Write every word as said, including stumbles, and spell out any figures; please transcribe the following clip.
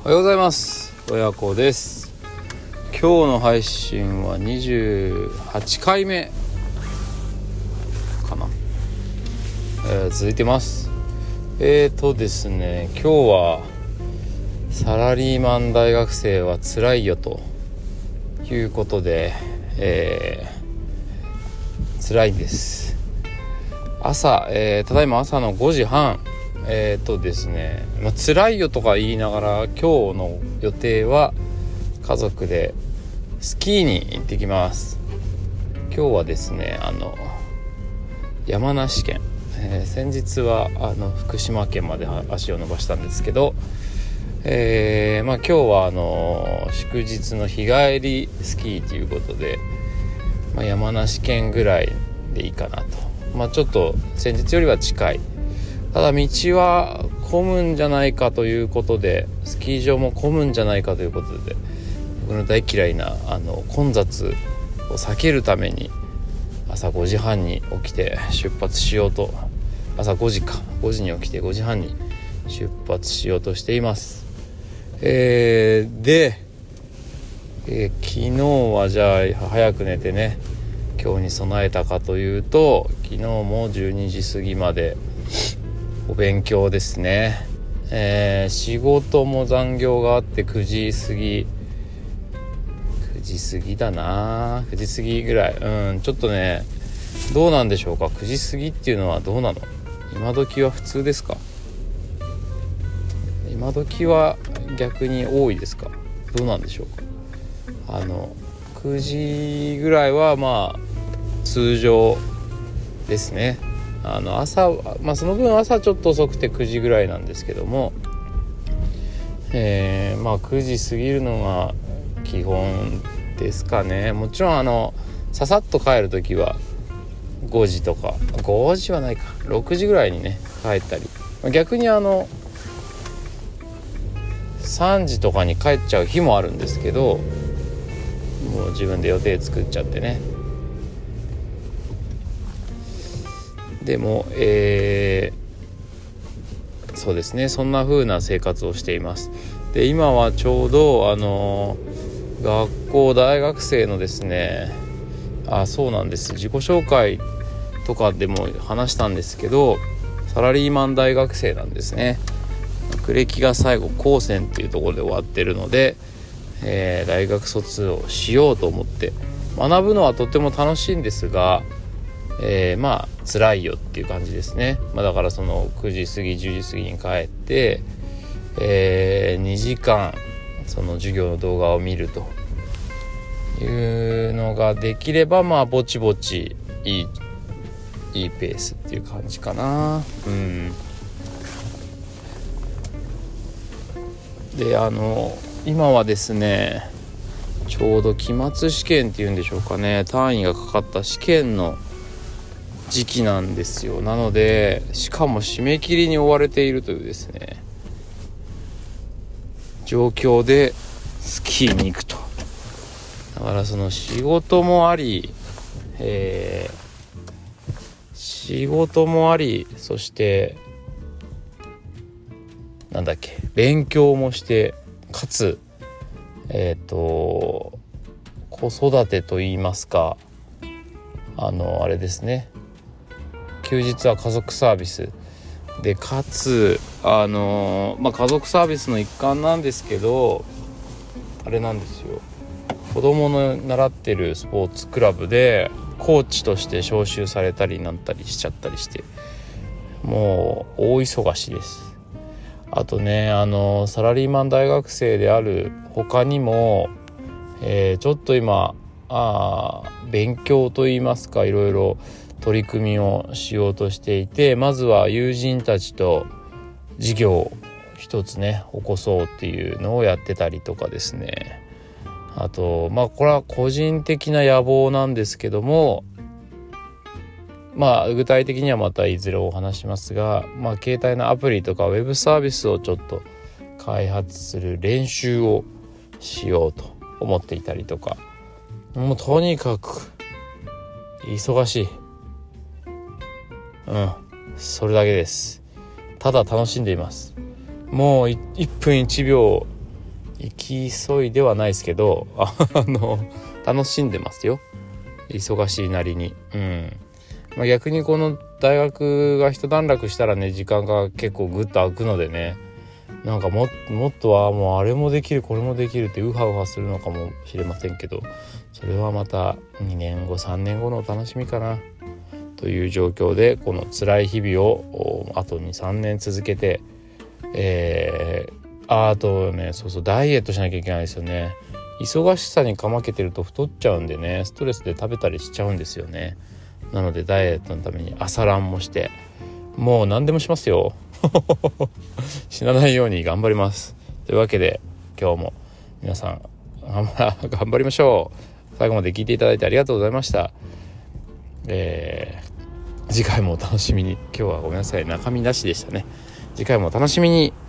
おはようございます。親子です。今日の配信はにじゅうはちかいめかな、えー、続いてます。えーとですね今日はサラリーマン大学生は辛いよということで、えー、辛いんです。朝、えー、ただいま朝のごじはんえーとですね、まあ、辛いよとか言いながら今日の予定は家族でスキーに行ってきます。今日はですねあの山梨県、えー、先日はあの福島県まで足を伸ばしたんですけど、えーまあ、今日はあの祝日の日帰りスキーということで、まあ、山梨県ぐらいでいいかなと、まあ、ちょっと先日よりは近い。ただ道は混むんじゃないかということで、スキー場も混むんじゃないかということで、僕の大嫌いなあの混雑を避けるために朝ごじはんに起きて出発しようと、朝ごじかごじに起きてごじはんに出発しようとしています。えー、で、えー、昨日はじゃあ早く寝てね今日に備えたかというと、昨日もじゅうにじ過ぎまでお勉強ですね、えー、仕事も残業があってくじ過ぎくじ過ぎだなくじ過ぎぐらい、うんちょっとねどうなんでしょうか。くじ過ぎっていうのはどうなの？今時は普通ですか？今時は逆に多いですか？どうなんでしょうか。あのくじぐらいはまあ通常ですね。あの朝、まあ、その分朝ちょっと遅くてくじぐらいなんですけども、えー、まあくじ過ぎるのが基本ですかね。もちろんあのささっと帰るときはごじとかごじはないかろくじぐらいにね帰ったり、逆にあのさんじとかに帰っちゃう日もあるんですけど、もう自分で予定作っちゃってね。でも、えー、そうですねそんな風な生活をしています。で今はちょうどあの学校大学生のですねあそうなんです自己紹介とかでも話したんですけど、サラリーマン大学生なんですね。学歴が最後高専っていうところで終わってるので、えー、大学卒をしようと思って、学ぶのはとても楽しいんですが、えー、まあ辛いよっていう感じですね。まあ、だからそのくじ過ぎじゅうじ過ぎに帰って、えー、にじかんその授業の動画を見るというのができれば、まあぼちぼちいいいいペースっていう感じかな。うんであの今はですねちょうど期末試験っていうんでしょうかね、単位がかかった試験の時期なんですよ。なのでしかも締め切りに追われているというですね状況でスキーに行くと。だからその仕事もあり、えー、仕事もありそしてなんだっけ勉強もして、かつえっと子育てといいますか、あのあれですね休日は家族サービスで、かつあの、まあ、家族サービスの一環なんですけど、あれなんですよ、子供の習ってるスポーツクラブでコーチとして招集されたりなんたりしちゃったりして、もう大忙しです。あとねあのサラリーマン大学生である他にも、えー、ちょっと今あ勉強といいますかいろいろ取り組みをしようとしていて、まずは友人たちと事業を一つね起こそうっていうのをやってたりとかですね。あとまあこれは個人的な野望なんですけども、まあ具体的にはまたいずれお話しますが、まあ携帯のアプリとかウェブサービスをちょっと開発する練習をしようと思っていたりとか、もうとにかく忙しい。うんそれだけです。ただ楽しんでいます。もういっぷんいちびょ行き急いではないですけどあの楽しんでますよ、忙しいなりに。うん、まあ、逆にこの大学が一段落したらね、時間が結構ぐっと空くのでね、なんか も, もっとはもうあれもできるこれもできるってウハウハするのかもしれませんけど、それはまたにねんごさんねんごのお楽しみかなという状況で、この辛い日々をあと にさんねん続けて、えー、あ, あとねそうそうダイエットしなきゃいけないですよね。忙しさにかまけてると太っちゃうんでね、ストレスで食べたりしちゃうんですよね。なのでダイエットのために朝ランもして、もう何でもしますよ死なないように頑張ります。というわけで今日も皆さん頑張りましょう。最後まで聞いていただいてありがとうございました。えー、次回もお楽しみに。今日はごめんなさい、中身なしでしたね。次回もお楽しみに。